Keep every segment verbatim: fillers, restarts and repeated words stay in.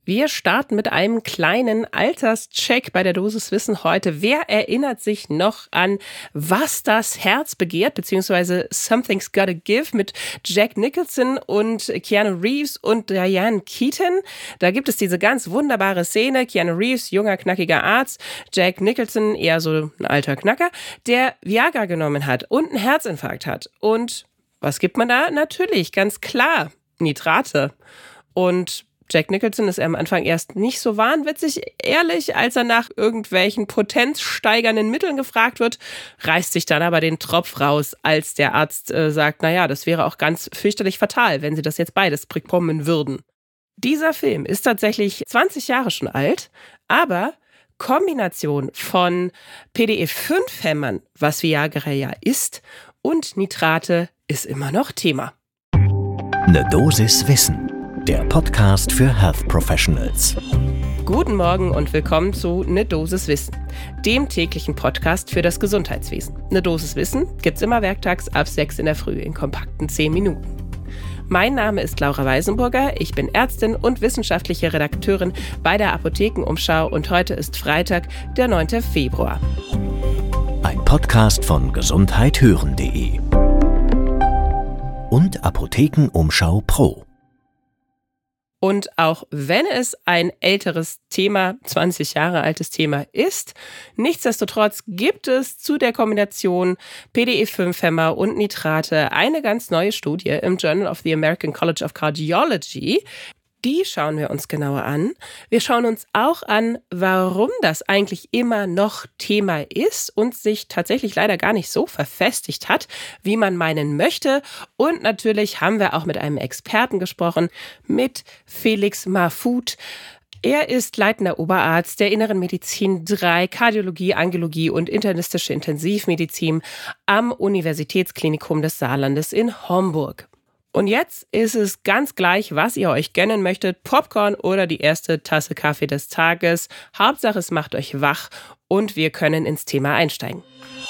Wir starten mit einem kleinen Alterscheck bei der Dosis Wissen heute. Wer erinnert sich noch an Was das Herz begehrt, beziehungsweise Something's Gotta Give mit Jack Nicholson und Keanu Reeves und Diane Keaton? Da gibt es diese ganz wunderbare Szene. Keanu Reeves, junger, knackiger Arzt. Jack Nicholson, eher so ein alter Knacker, der Viagra genommen hat und einen Herzinfarkt hat. Und was gibt man da? Natürlich, ganz klar, Nitrate. Und Jack Nicholson ist am Anfang erst nicht so wahnwitzig ehrlich, als er nach irgendwelchen potenzsteigernden Mitteln gefragt wird, reißt sich dann aber den Tropf raus, als der Arzt äh, sagt, naja, das wäre auch ganz fürchterlich fatal, wenn sie das jetzt beides bekommen würden. Dieser Film ist tatsächlich zwanzig Jahre schon alt, aber Kombination von P D E fünf Hämmern, was Viagra ja ist, und Nitrate ist immer noch Thema. Ne Dosis Wissen. Der Podcast für Health Professionals. Guten Morgen und willkommen zu Ne Dosis Wissen, dem täglichen Podcast für das Gesundheitswesen. Ne Dosis Wissen gibt's immer werktags ab sechs in der Früh in kompakten zehn Minuten. Mein Name ist Laura Weisenburger, ich bin Ärztin und wissenschaftliche Redakteurin bei der Apothekenumschau und heute ist Freitag, der neunte Februar. Ein Podcast von gesundheit hören punkt de und Apothekenumschau Pro. Und auch wenn es ein älteres Thema, zwanzig Jahre altes Thema ist, nichtsdestotrotz gibt es zu der Kombination P D E fünf Hämmer und Nitrate eine ganz neue Studie im Journal of the American College of Cardiology. Die schauen wir uns genauer an. Wir schauen uns auch an, warum das eigentlich immer noch Thema ist und sich tatsächlich leider gar nicht so verfestigt hat, wie man meinen möchte. Und natürlich haben wir auch mit einem Experten gesprochen, mit Felix Mahfoud. Er ist leitender Oberarzt der Inneren Medizin drei, Kardiologie, Angiologie und internistische Intensivmedizin am Universitätsklinikum des Saarlandes in Homburg. Und jetzt ist es ganz gleich, was ihr euch gönnen möchtet, Popcorn oder die erste Tasse Kaffee des Tages. Hauptsache, es macht euch wach und wir können ins Thema einsteigen.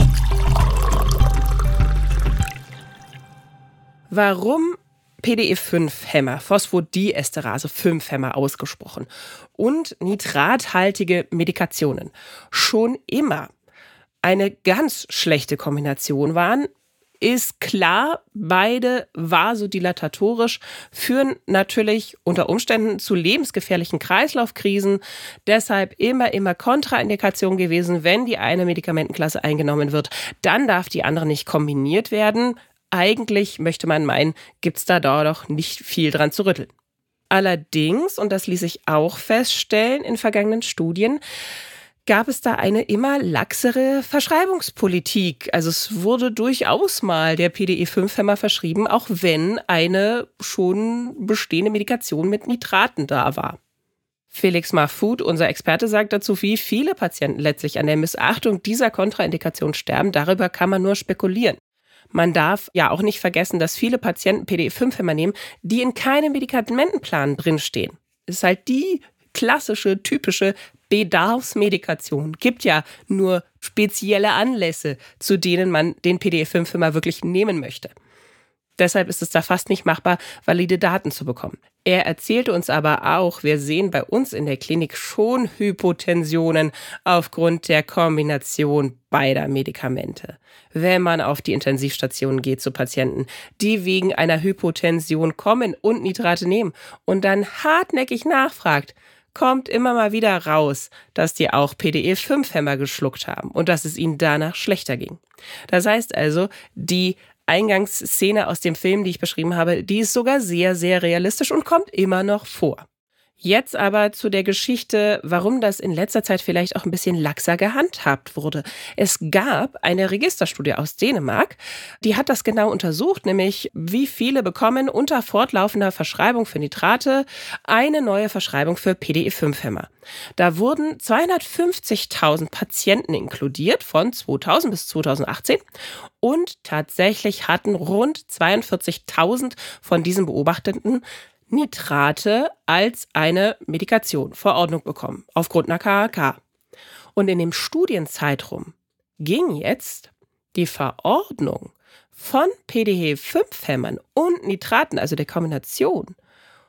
Warum P D E fünf Hämmer, Phosphodiesterase fünf Hämmer ausgesprochen und nitrathaltige Medikationen schon immer eine ganz schlechte Kombination waren, ist klar, beide vasodilatatorisch, führen natürlich unter Umständen zu lebensgefährlichen Kreislaufkrisen. Deshalb immer, immer Kontraindikation gewesen, wenn die eine Medikamentenklasse eingenommen wird, dann darf die andere nicht kombiniert werden. Eigentlich möchte man meinen, gibt es da doch nicht viel dran zu rütteln. Allerdings, und das ließ sich auch feststellen in vergangenen Studien, gab es da eine immer laxere Verschreibungspolitik. Also es wurde durchaus mal der P D E fünf Hämmer verschrieben, auch wenn eine schon bestehende Medikation mit Nitraten da war. Felix Mahfoud, unser Experte, sagt dazu, wie viele Patienten letztlich an der Missachtung dieser Kontraindikation sterben. Darüber kann man nur spekulieren. Man darf ja auch nicht vergessen, dass viele Patienten P D E fünf Hämmer nehmen, die in keinem Medikamentenplan drinstehen. Das ist halt die klassische, typische Bedarfsmedikation. Gibt ja nur spezielle Anlässe, zu denen man den P D E fünf Hämmer wirklich nehmen möchte. Deshalb ist es da fast nicht machbar, valide Daten zu bekommen. Er erzählte uns aber auch, wir sehen bei uns in der Klinik schon Hypotensionen aufgrund der Kombination beider Medikamente. Wenn man auf die Intensivstationen geht zu Patienten, die wegen einer Hypotension kommen und Nitrate nehmen und dann hartnäckig nachfragt, kommt immer mal wieder raus, dass die auch P D E fünf Hämmer geschluckt haben und dass es ihnen danach schlechter ging. Das heißt also, die Eingangsszene aus dem Film, die ich beschrieben habe, die ist sogar sehr, sehr realistisch und kommt immer noch vor. Jetzt aber zu der Geschichte, warum das in letzter Zeit vielleicht auch ein bisschen laxer gehandhabt wurde. Es gab eine Registerstudie aus Dänemark, die hat das genau untersucht, nämlich wie viele bekommen unter fortlaufender Verschreibung für Nitrate eine neue Verschreibung für P D E fünf Hämmer. Da wurden zweihundertfünfzigtausend Patienten inkludiert von zweitausend bis zweitausendachtzehn und tatsächlich hatten rund zweiundvierzigtausend von diesen Beobachteten Nitrate als eine Medikation Verordnung bekommen, aufgrund einer K H K. Und in dem Studienzeitraum ging jetzt die Verordnung von P D E fünf Hämmern und Nitraten, also der Kombination,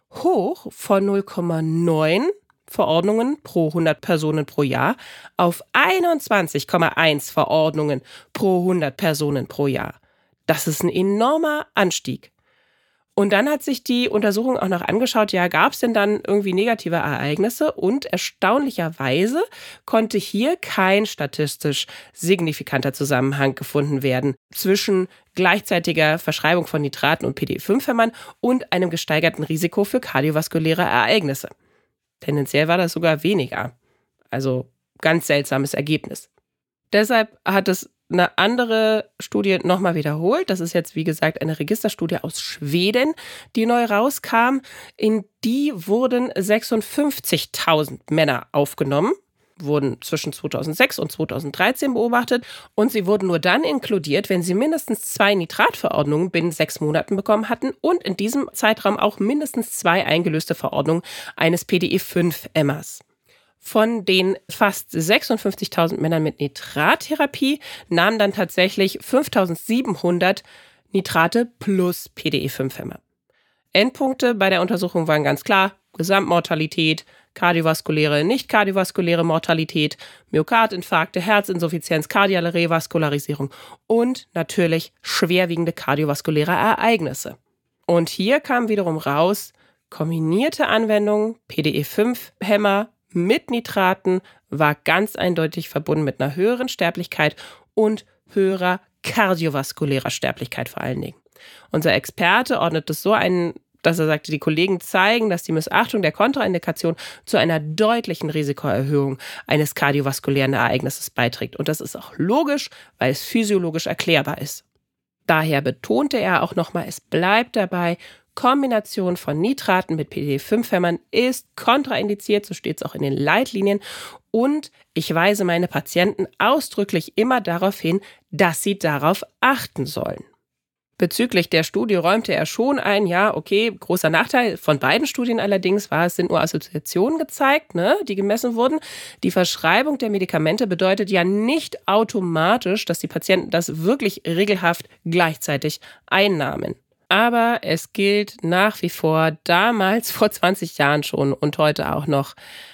hoch von null Komma neun Verordnungen pro hundert Personen pro Jahr auf einundzwanzig Komma eins Verordnungen pro hundert Personen pro Jahr. Das ist ein enormer Anstieg. Und dann hat sich die Untersuchung auch noch angeschaut, ja, gab es denn dann irgendwie negative Ereignisse? Und erstaunlicherweise konnte hier kein statistisch signifikanter Zusammenhang gefunden werden zwischen gleichzeitiger Verschreibung von Nitraten und P D E fünf Hämmern und einem gesteigerten Risiko für kardiovaskuläre Ereignisse. Tendenziell war das sogar weniger. Also ganz seltsames Ergebnis. Deshalb hat es eine andere Studie nochmal wiederholt. Das ist jetzt, wie gesagt, eine Registerstudie aus Schweden, die neu rauskam. In die wurden sechsundfünfzigtausend Männer aufgenommen, wurden zwischen zweitausendsechs und zweitausenddreizehn beobachtet und sie wurden nur dann inkludiert, wenn sie mindestens zwei Nitratverordnungen binnen sechs Monaten bekommen hatten und in diesem Zeitraum auch mindestens zwei eingelöste Verordnungen eines P D E fünf Hämmers. Von den fast sechsundfünfzigtausend Männern mit Nitrattherapie nahmen dann tatsächlich fünftausendsiebenhundert Nitrate plus P D E fünf Hämmer. Endpunkte bei der Untersuchung waren ganz klar: Gesamtmortalität, kardiovaskuläre, nicht kardiovaskuläre Mortalität, Myokardinfarkte, Herzinsuffizienz, kardiale Revaskularisierung und natürlich schwerwiegende kardiovaskuläre Ereignisse. Und hier kam wiederum raus, kombinierte Anwendung, P D E fünf Hämmer mit Nitraten war ganz eindeutig verbunden mit einer höheren Sterblichkeit und höherer kardiovaskulärer Sterblichkeit vor allen Dingen. Unser Experte ordnet es so ein, dass er sagte, die Kollegen zeigen, dass die Missachtung der Kontraindikation zu einer deutlichen Risikoerhöhung eines kardiovaskulären Ereignisses beiträgt. Und das ist auch logisch, weil es physiologisch erklärbar ist. Daher betonte er auch nochmal, es bleibt dabei, Kombination von Nitraten mit P D E fünf Hämmern ist kontraindiziert, so steht es auch in den Leitlinien. Und ich weise meine Patienten ausdrücklich immer darauf hin, dass sie darauf achten sollen. Bezüglich der Studie räumte er schon ein, ja, okay, großer Nachteil von beiden Studien allerdings war, es sind nur Assoziationen gezeigt, ne, die gemessen wurden. Die Verschreibung der Medikamente bedeutet ja nicht automatisch, dass die Patienten das wirklich regelhaft gleichzeitig einnahmen. Aber es gilt nach wie vor, damals vor zwanzig Jahren schon und heute auch noch,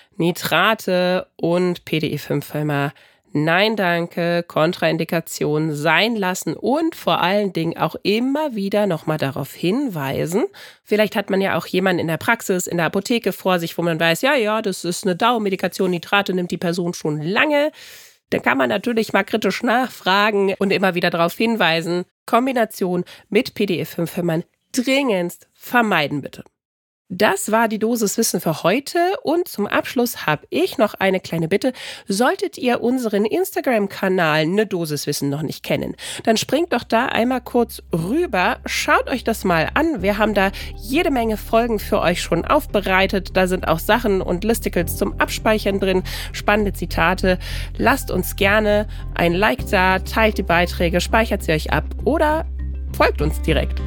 Nitrate und P D E fünf Hämmer, nein danke, Kontraindikation sein lassen und vor allen Dingen auch immer wieder nochmal darauf hinweisen. Vielleicht hat man ja auch jemanden in der Praxis, in der Apotheke vor sich, wo man weiß, ja, ja, das ist eine Dauermedikation, Nitrate nimmt die Person schon lange. Dann kann man natürlich mal kritisch nachfragen und immer wieder darauf hinweisen, Kombination mit P D E fünf Hämmern dringendst vermeiden bitte. Das war die Dosis Wissen für heute und zum Abschluss habe ich noch eine kleine Bitte. Solltet ihr unseren Instagram-Kanal Ne Dosis Wissen noch nicht kennen, dann springt doch da einmal kurz rüber, schaut euch das mal an. Wir haben da jede Menge Folgen für euch schon aufbereitet. Da sind auch Sachen und Listicles zum Abspeichern drin, spannende Zitate. Lasst uns gerne ein Like da, teilt die Beiträge, speichert sie euch ab oder folgt uns direkt.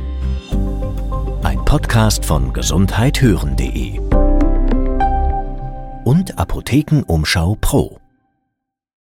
Ein Podcast von gesundheit hören punkt de und Apothekenumschau Pro.